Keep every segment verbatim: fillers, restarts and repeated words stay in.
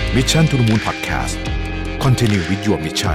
Mission to the Moon Podcast Continue with your mission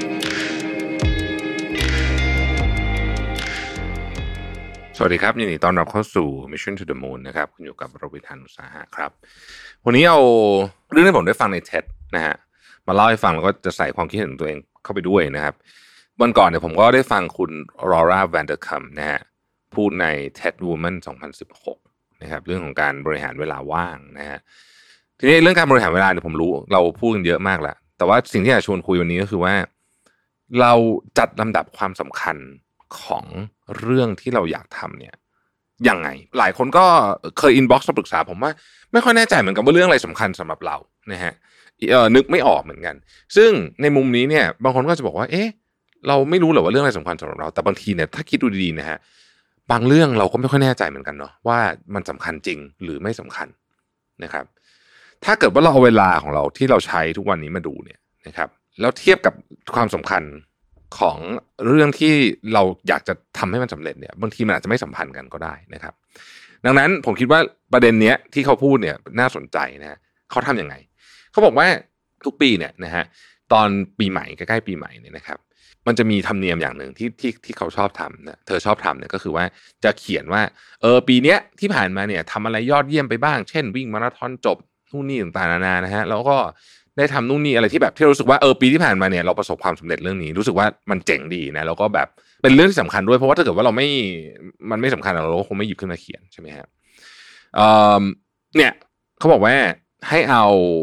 สวัสดีครับยินดีต้อนรับเข้าสู่ Mission to the Moon นะครับคุณอยู่กับโรบิน หาญอุตสาหะครับวันนี้เอาเรื่องที่ผมได้ฟังใน ที อี ดี นะฮะมาเล่าให้ฟังแล้วก็จะใส่ความคิดเห็นของตัวเองเข้าไปด้วยนะครับวันก่อนเนี่ยผมก็ได้ฟังคุณลอร่า แวนเดอร์คัมนะฮะพูดใน ที อี ดี Woman สองพันสิบหกนะครับเรื่องของการบริหารเวลาว่างนะฮะทีนี้เรื่องการบริหารเวลาเนี่ยผมรู้เราพูดกันเยอะมากแล้วแต่ว่าสิ่งที่อยากชวนคุยวันนี้ก็คือว่าเราจัดลำดับความสำคัญของเรื่องที่เราอยากทำเนี่ยยังไงหลายคนก็เคยอินบ็อกซ์มาปรึกษาผมว่าไม่ค่อยแน่ใจเหมือนกันว่าเรื่องอะไรสำคัญสำหรับเรานะฮะเอ่อนึกไม่ออกเหมือนกันซึ่งในมุมนี้เนี่ยบางคนก็จะบอกว่าเอ๊ะเราไม่รู้หรอว่าเรื่องอะไรสำคัญสำหรับเราแต่บางทีเนี่ยถ้าคิดดูดีๆนะฮะบางเรื่องเราก็ไม่ค่อยแน่ใจเหมือนกันเนาะว่ามันสำคัญจริงหรือไม่สำคัญนะครับถ้าเกิดว่าเราเอาเวลาของเราที่เราใช้ทุกวันนี้มาดูเนี่ยนะครับแล้วเทียบกับความสำคัญของเรื่องที่เราอยากจะทำให้มันสำเร็จเนี่ยบางทีมันอาจจะไม่สัมพันธ์กันก็ได้นะครับดังนั้นผมคิดว่าประเด็นเนี้ยที่เขาพูดเนี่ยน่าสนใจนะฮะเขาทำยังไงเขาบอกว่าทุกปีเนี่ยนะฮะตอนปีใหม่ใกล้ๆปีใหม่เนี่ยนะครับมันจะมีธรรมเนียมอย่างหนึ่งที่ที่ที่เขาชอบทำนะเธอชอบทำเนี่ยก็คือว่าจะเขียนว่าเออปีเนี้ยที่ผ่านมาเนี่ยทำอะไรยอดเยี่ยมไปบ้างเช่นวิ่งมาราธอนจบนู่นนี่ต่างๆนานานะฮะแล้วก็ได้ทำนู่นนี่อะไรที่แบบที่รู้สึกว่าเออปีที่ผ่านมาเนี่ยเราประสบความสำเร็จเรื่องนี้รู้สึกว่ามันเจ๋งดีนะแล้วก็แบบเป็นเรื่องที่สำคัญด้วยเพราะว่าถ้าเกิดว่าเราไม่มันไม่สำคัญเราก็คงไม่หยิบขึ้นมาเขียนใช่ไหมฮะเอ่อเนี่ยเขาบอกว่าให้เอา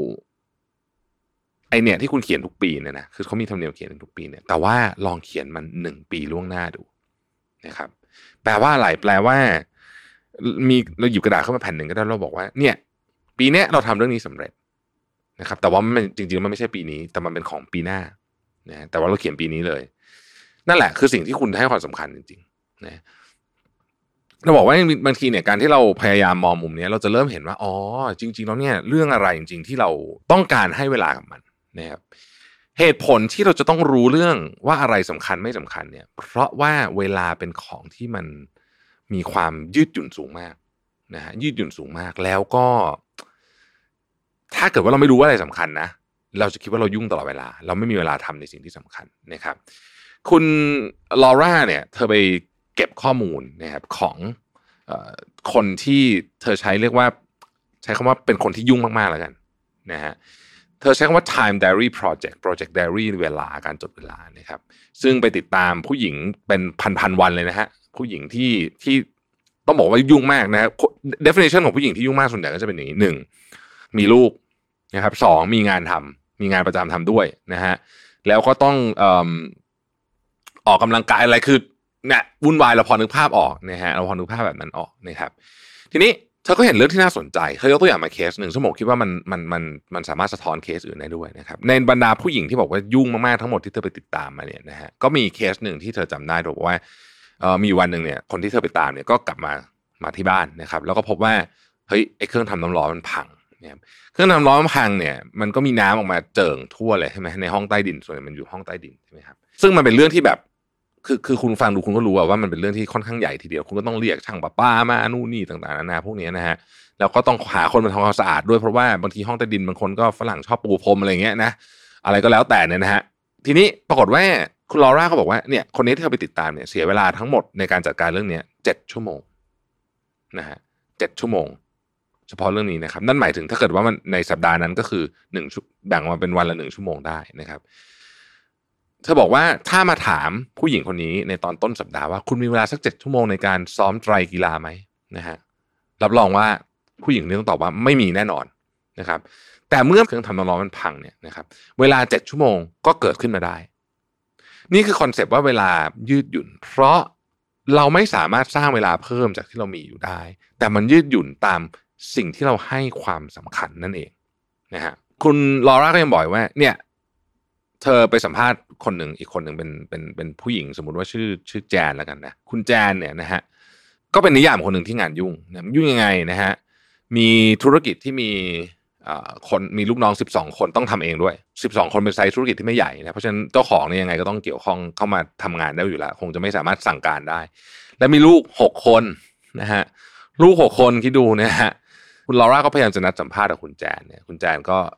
ไอเนี่ยที่คุณเขียนทุกปีเนี่ยนะคือเขามีธรรมเนียมเขียนทุกปีเนี่ยแต่ว่าลองเขียนมันหนึ่งปีล่วงหน้าดูนะครับแปลว่าอะไรแปลว่ามีเราหยิบกระดาษเข้ามาแผ่นหนึ่งก็ได้เราบอกว่าเนี่ยปีเนี้ยเราทำเรื่องนี้สำเร็จนะครับแต่ว่ามันจริงๆมันไม่ใช่ปีนี้แต่มันเป็นของปีหน้านะแต่ว่าเราเขียนปีนี้เลยนั่นแหละคือสิ่งที่คุณให้ความสำคัญจริงๆนะเราบอกว่าบางทีเนี่ยการที่เราพยายามมองมุมนี้เราจะเริ่มเห็นว่าอ๋อจริงๆแล้วเนี่ยเรื่องอะไรจริงๆที่เราต้องการให้เวลากับมันนะครับเหตุผลที่เราจะต้องรู้เรื่องว่าอะไรสำคัญไม่สำคัญเนี่ยเพราะว่าเวลาเป็นของที่มันมีความยืดหยุ่นสูงมากนะฮะยืดหยุ่นสูงมากแล้วก็ถ้าเกิดว่าเราไม่รู้ว่าอะไรสำคัญนะเราจะคิดว่าเรายุ่งตลอดเวลาเราไม่มีเวลาทำในสิ่งที่สำคัญนะครับคุณลอร่าเนี่ยเธอไปเก็บข้อมูลนะครับของเอ่อคนที่เธอใช้เรียกว่าใช้คำว่าเป็นคนที่ยุ่งมากๆแล้วกันนะฮะเธอใช้คำว่า time diary project project diary เวลาการจดเวลานะครับซึ่งไปติดตามผู้หญิงเป็นพันๆวันเลยนะฮะผู้หญิงที่ที่ต้องบอกว่ายุ่งมากนะ definition ของผู้หญิงที่ยุ่งมากส่วนใหญ่ก็จะเป็นอย่างนี้หนึ่งมีลูกนะครับสองมีงานทำมีงานประจำทำด้วยนะฮะแล้วก็ต้องเอ่อออกกำลังกายอะไรคือเนี่ยวุ่นวายเราพอนึกภาพออกนะฮะเราพอนึกภาพแบบนั้นออกนะครับทีนี้เธอก็เห็นเรื่องที่น่าสนใจเขายกตัวอย่างมาเคสหนึ่งซึ่งผมคิดว่ามันมันมันมันสามารถสะท้อนเคสอื่นได้ด้วยนะครับในบรรดาผู้หญิงที่บอกว่ายุ่งมากๆทั้งหมดที่เธอไปติดตามมาเนี่ยนะฮะก็มีเคสหนึ่งที่เธอจำได้บอกว่าเอ่อมีวันหนึ่งเนี่ยคนที่เธอไปตามเนี่ยก็กลับมามาที่บ้านนะครับแล้วก็พบว่าเฮ้ยไอ้เครื่องทำน้ำร้อนมันพังเครื่องทำร้อนมันพังเนี่ยมันก็มีน้ำออกมาเจิ่งทั่วเลยใช่ไหมในห้องใต้ดินส่วนใหญ่มันอยู่ห้องใต้ดินใช่ไหมครับซึ่งมันเป็นเรื่องที่แบบคือคือคุณฟังดูคุณก็รู้ว่ามันเป็นเรื่องที่ค่อนข้างใหญ่ทีเดียวคุณก็ต้องเรียกช่างประปามานู่นนี่ต่างๆนานาพวกนี้นะฮะแล้วก็ต้องหาคนมาทำความสะอาดด้วยเพราะว่าบางทีห้องใต้ดินบางคนก็ฝรั่งชอบปูพรมอะไรเงี้ยนะอะไรก็แล้วแต่เนี่ยนะฮะทีนี้ปรากฏว่าคุณลอร่าเขาบอกว่าเนี่ยคนนี้ที่เธอไปติดตามเนี่ยเสียเวลาทั้งหมดในการจัดการเรื่องนี้เจ็ดชั่วโมงนะฮะเจ็ดชั่วโมงเฉพาะเรื่องนี้นะครับนั่นหมายถึงถ้าเกิดว่ามันในสัปดาห์นั้นก็คือหนึ่งแบ่งมาเป็นวันละหนึ่งชั่วโมงได้นะครับเธอบอกว่าถ้ามาถามผู้หญิงคนนี้ในตอนต้นสัปดาห์ว่าคุณมีเวลาสักเจ็ดชั่วโมงในการซ้อมไตรกีฬาไหมนะฮะรับรองว่าผู้หญิงนี้ต้องตอบว่าไม่มีแน่นอนนะครับแต่เมื่อเครื่องทำน้ำร้อนมันพังเนี่ยนะครับเวลาเจ็ดชั่วโมงก็เกิดขึ้นมาได้นี่คือคอนเซปต์ว่าเวลายืดหยุ่นเพราะเราไม่สามารถสร้างเวลาเพิ่มจากที่เรามีอยู่ได้แต่มันยืดหยุ่นตามสิ่งที่เราให้ความสำคัญนั่นเองนะฮะคุณลอร่าก็ยังบอกว่าเนี่ยเธอไปสัมภาษณ์คนหนึ่งอีกคนหนึ่งเป็นเป็นเป็นผู้หญิงสมมุติว่าชื่อชื่อแจนแล้วกันนะคุณแจนเนี่ยนะฮะก็เป็นนิยามคนหนึ่งที่งานยุ่งนะยุ่งยังไงนะฮะมีธุรกิจที่มีคนมีลูกน้องสิบสองคนต้องทำเองด้วยสิบสองคนเป็นไซส์ธุรกิจที่ไม่ใหญ่นะเพราะฉะนั้นเจ้าของเนี่ยยังไงก็ต้องเกี่ยวข้องเข้ามาทำงานได้อยู่แล้วคงจะไม่สามารถสั่งการได้และมีลูกหกคนนะฮะลูกหกคนคิดดูนะฮะคุณลอร่าก็พยายามจะนัดสัมภาษณ์กับคุณแจนเนี่ยคุณแจนก็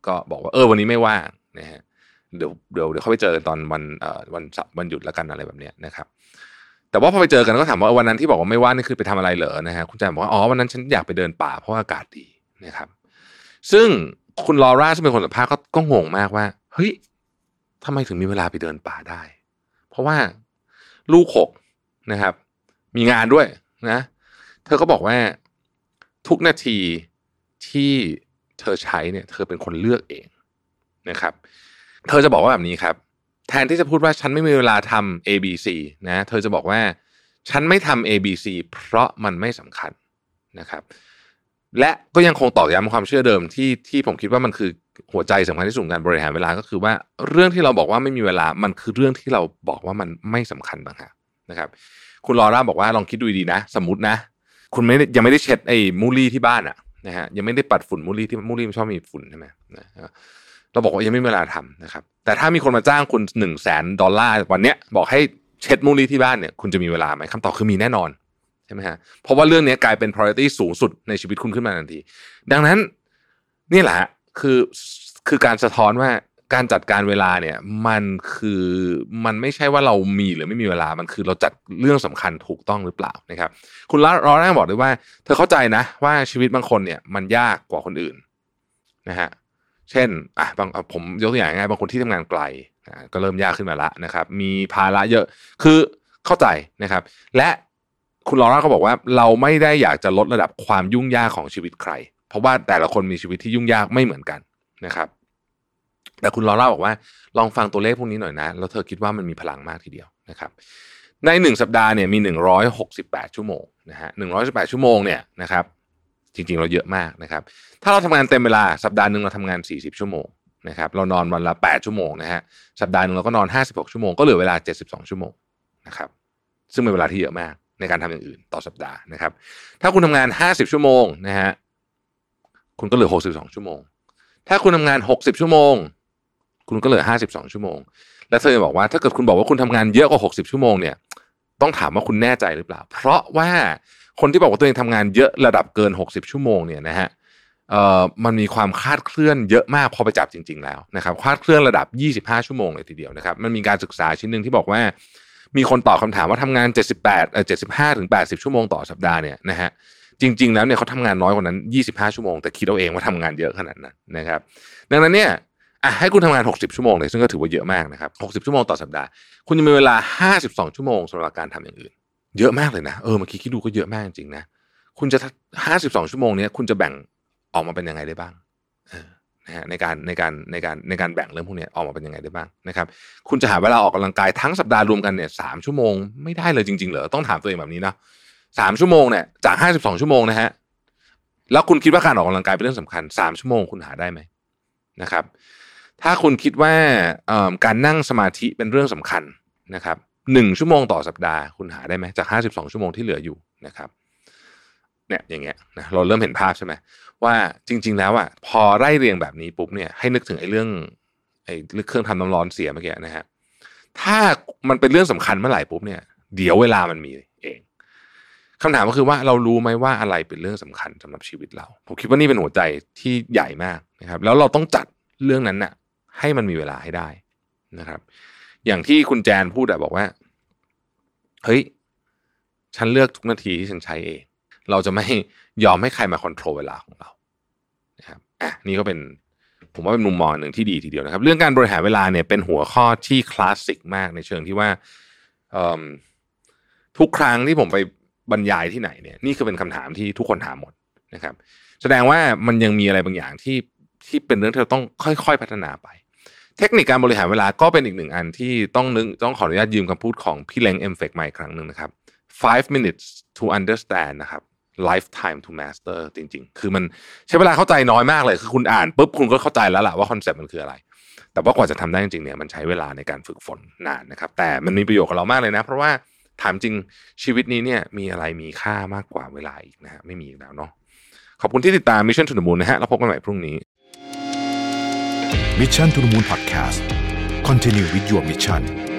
ก็บอกว่าเออวันนี้ไม่ว่างนะฮะเดี๋ยวเดี๋ยวเดี๋ยวเขาไปเจอกันตอนวันเอ่อวันวันหยุดแล้วกันอะไรแบบเนี้ยนะครับแต่ว่าพอไปเจอกันก็ถามว่าวันนั้นที่บอกว่าไม่ว่างนี่คือไปทำอะไรเหรอนะฮะคุณแจนบอกว่าอ๋อวันนั้นฉันอยากไปเดินป่าเพราะอากาศดีนะครับซึ่งคุณลอร่าซึ่งเป็นคนสัมภาษณ์ก็ก็งงมากว่าเฮ้ยทำไมถึงมีเวลาไปเดินป่าได้เพราะว่าลูกหกนะครับมีงานด้วยนะเธอก็บอกว่าทุกนาทีที่เธอใช้เนี่ยเธอเป็นคนเลือกเองนะครับเธอจะบอกว่าแบบนี้ครับแทนที่จะพูดว่าฉันไม่มีเวลาทำ A B C นะเธอจะบอกว่าฉันไม่ทำ A B C เพราะมันไม่สำคัญนะครับและก็ยังคงตอกย้ำความเชื่อเดิมที่ที่ผมคิดว่ามันคือหัวใจสำคัญที่สุดของการบริหารเวลาก็คือว่าเรื่องที่เราบอกว่าไม่มีเวลามันคือเรื่องที่เราบอกว่ามันไม่สำคัญต่างหากนะครับคุณลอร่าบอกว่าลองคิดดูดีๆนะสมมุตินะคุณไม่ยังไม่ได้เช็ดไอ้มูลี่ที่บ้านอะนะฮะยังไม่ได้ปัดฝุ่นมูลี่ที่มูลี่มันชอบมีฝุ่นใช่ไหมนะเราบอกว่ายังไม่มีเวลาทำนะครับแต่ถ้ามีคนมาจ้างคุณหนึ่งแสนดอลลาร์วันเนี้ยบอกให้เช็ดมูลี่ที่บ้านเนี่ยคุณจะมีเวลาไหมคำตอบคือมีแน่นอนใช่ไหมฮะเพราะว่าเรื่องนี้กลายเป็น priority สูงสุดในชีวิตคุณขึ้นมาทันทีดังนั้นนี่แหละคือคือการสะท้อนว่าการจัดการเวลาเนี่ยมันคือมันไม่ใช่ว่าเรามีหรือไม่มีเวลามันคือเราจัดเรื่องสำคัญถูกต้องหรือเปล่านะครับคุณลอร่าบอกด้วยว่าเธอเข้าใจนะว่าชีวิตบางคนเนี่ยมันยากกว่าคนอื่นนะฮะเช่นอ่ะบางผมยกตัวอย่างง่ายบางคนที่ทำงานไกลนะก็เริ่มยากขึ้นมาละนะครับมีภาระเยอะคือเข้าใจนะครับและคุณลอร่าก็บอกว่าเราไม่ได้อยากจะลดระดับความยุ่งยากของชีวิตใครเพราะว่าแต่ละคนมีชีวิตที่ยุ่งยากไม่เหมือนกันนะครับแต่คุณลอร่าบอกว่าลองฟังตัวเลขพวกนี้หน่อยนะแล้วเธอคิดว่ามันมีพลังมากทีเดียวนะครับในหนึ่งสัปดาห์เนี่ยมีหนึ่งร้อยหกสิบแปดชั่วโมงนะฮะหนึ่งร้อยสิบแปดชั่วโมงเนี่ยนะครับจริงๆเราเยอะมากนะครับถ้าเราทำงานเต็มเวลาสัปดาห์นึงเราทำงานสี่สิบชั่วโมงนะครับเรานอนวันละแปดชั่วโมงนะฮะสัปดาห์นึงเราก็นอนห้าสิบหกชั่วโมงก็เหลือเวลาเจ็ดสิบสองชั่วโมงนะครับซึ่งเป็นเวลาที่เยอะมากในการทำอย่างอื่นต่อสัปดาห์นะครับถ้าคุณทำงานห้าสิบชั่วโมงนะฮะคุณก็เหลือหกสิบสองชั่วโมงถ้าคุณทำงานหกสิบชั่วโมงคุณก็เหลือห้าสิบสองชั่วโมงและเธอบอกว่าถ้าเกิดคุณบอกว่าคุณทำงานเยอะกว่าหกสิบชั่วโมงเนี่ยต้องถามว่าคุณแน่ใจหรือเปล่าเพราะว่าคนที่บอกว่าตัวเองทำงานเยอะระดับเกินหกสิบชั่วโมงเนี่ยนะฮะเอ่อมันมีความคลาดเคลื่อนเยอะมากพอไปจับจริงๆแล้วนะครับคลาดเคลื่อนระดับยี่สิบห้าชั่วโมงเลยทีเดียวนะครับมันมีการศึกษาชิ้นนึงที่บอกว่ามีคนตอบคำถามว่าทำงานเจ็ดสิบแปดเอ่อเจ็ดสิบห้าถึงแปดสิบชั่วโมงต่อสัปดาห์เนี่ยนะฮะจริงๆแล้วเนี่ยเขาทำงานน้อยกว่านั้นยี่สิบห้าชั่วโมงแต่คิดเอาเองว่าทำงานเยอะขนาดนั้นนะครับดังนั้นเนี่ยอ่ะให้คุณทำงานหกสิบชั่วโมงเลยซึ่งก็ถือว่าเยอะมากนะครับหกสิบชั่วโมงต่อสัปดาห์คุณจะมีเวลาห้าสิบสองชั่วโมงสำหรับการทำอย่างอื่นเยอะมากเลยนะเออเมื่อกี้คิดดูก็เยอะมากจริงๆนะคุณจะห้าสิบสองชั่วโมงนี้คุณจะแบ่งออกมาเป็นยังไงได้บ้างเออนะฮะในการในการในการในการแบ่งเรื่องพวกนี้ออกมาเป็นยังไงได้บ้างนะครับคุณจะหาเวลาออกกำลังกายทั้งสัปดาห์รวมกันเนี่ยสามชั่วโมงไม่ได้เลยจริงๆเหรอต้องถามตัวเองแบบนี้นะสามชั่วโมงเนี่ยจากห้าสิบสองชั่วโมงนะฮะแล้วคุณคิดว่าการออกกำลังกายเป็นเรื่องสำคัญสามชั่วโมงคุณหาได้ไหมนะครับถ้าคุณคิดว่าการนั่งสมาธิเป็นเรื่องสำคัญนะครับหนึ่งชั่วโมงต่อสัปดาห์คุณหาได้ไหมจากห้าสิบสองชั่วโมงที่เหลืออยู่นะครับเนี่ยอย่างเงี้ยนะเราเริ่มเห็นภาพใช่ไหมว่าจริงๆแล้วอ่ะพอไล่เรียงแบบนี้ปุ๊บเนี่ยให้นึกถึงไอ้เรื่องไอ้เครื่องทำน้ำร้อนเสียเมื่อกี้นะฮะถ้ามันเป็นเรื่องสำคัญเมื่อไหร่ปุ๊บเนี่ยเดี๋ยวเวลามันมีเองคำถามก็คือว่าเรารู้ไหมว่าอะไรเป็นเรื่องสำคัญสำหรับชีวิตเราผมคิดว่านี่เป็นหัวใจที่ใหญ่มากนะครับแล้วเราต้องจัดเรื่องนั้นน่ะให้มันมีเวลาให้ได้นะครับอย่างที่คุณแจนพูดอะบอกว่าเฮ้ยฉันเลือกทุกนาทีที่ฉันใช้เองเราจะไม่ยอมให้ใครมาคอนโทรลเวลาของเรานะครับอ่ะนี่ก็เป็นผมว่าเป็นมุมมองหนึ่งที่ดีทีเดียวนะครับเรื่องการบริหารเวลาเนี่ยเป็นหัวข้อที่คลาสสิกมากในเชิงที่ว่าทุกครั้งที่ผมไปบรรยายที่ไหนเนี่ยนี่คือเป็นคำถามที่ทุกคนถามหมดนะครับแสดงว่ามันยังมีอะไรบางอย่างที่ที่เป็นเรื่องที่เราต้องค่อยๆพัฒนาไปเทคนิคการบริหารเวลาก็เป็นอีกหนึ่งอันที่ต้องนึกต้องขออนุญาตยืมคำพูดของพี่เล้งเอ็มเฟกมาอีกครั้งหนึ่งนะครับ five minutes to understand นะครับ lifetime to master จริงๆคือมันใช้เวลาเข้าใจน้อยมากเลยคือคุณอ่านปุ๊บคุณก็เข้าใจแล้วล่ะว่าคอนเซ็ปต์มันคืออะไรแต่ว่ากว่าจะทำได้จริงๆเนี่ยมันใช้เวลาในการฝึกฝนนานนะครับแต่มันมีประโยชน์กับเรามากเลยนะเพราะว่าถามจริงชีวิตนี้เนี่ยมีอะไรมีค่ามากกว่าเวลาอีกนะฮะไม่มีอีกแล้วเนาะขอบคุณที่ติดตาม Mission to the Moon นะฮะแล้วพบกันใหม่พรุ่งนี้ Mission to the Moon Podcast Continue with your mission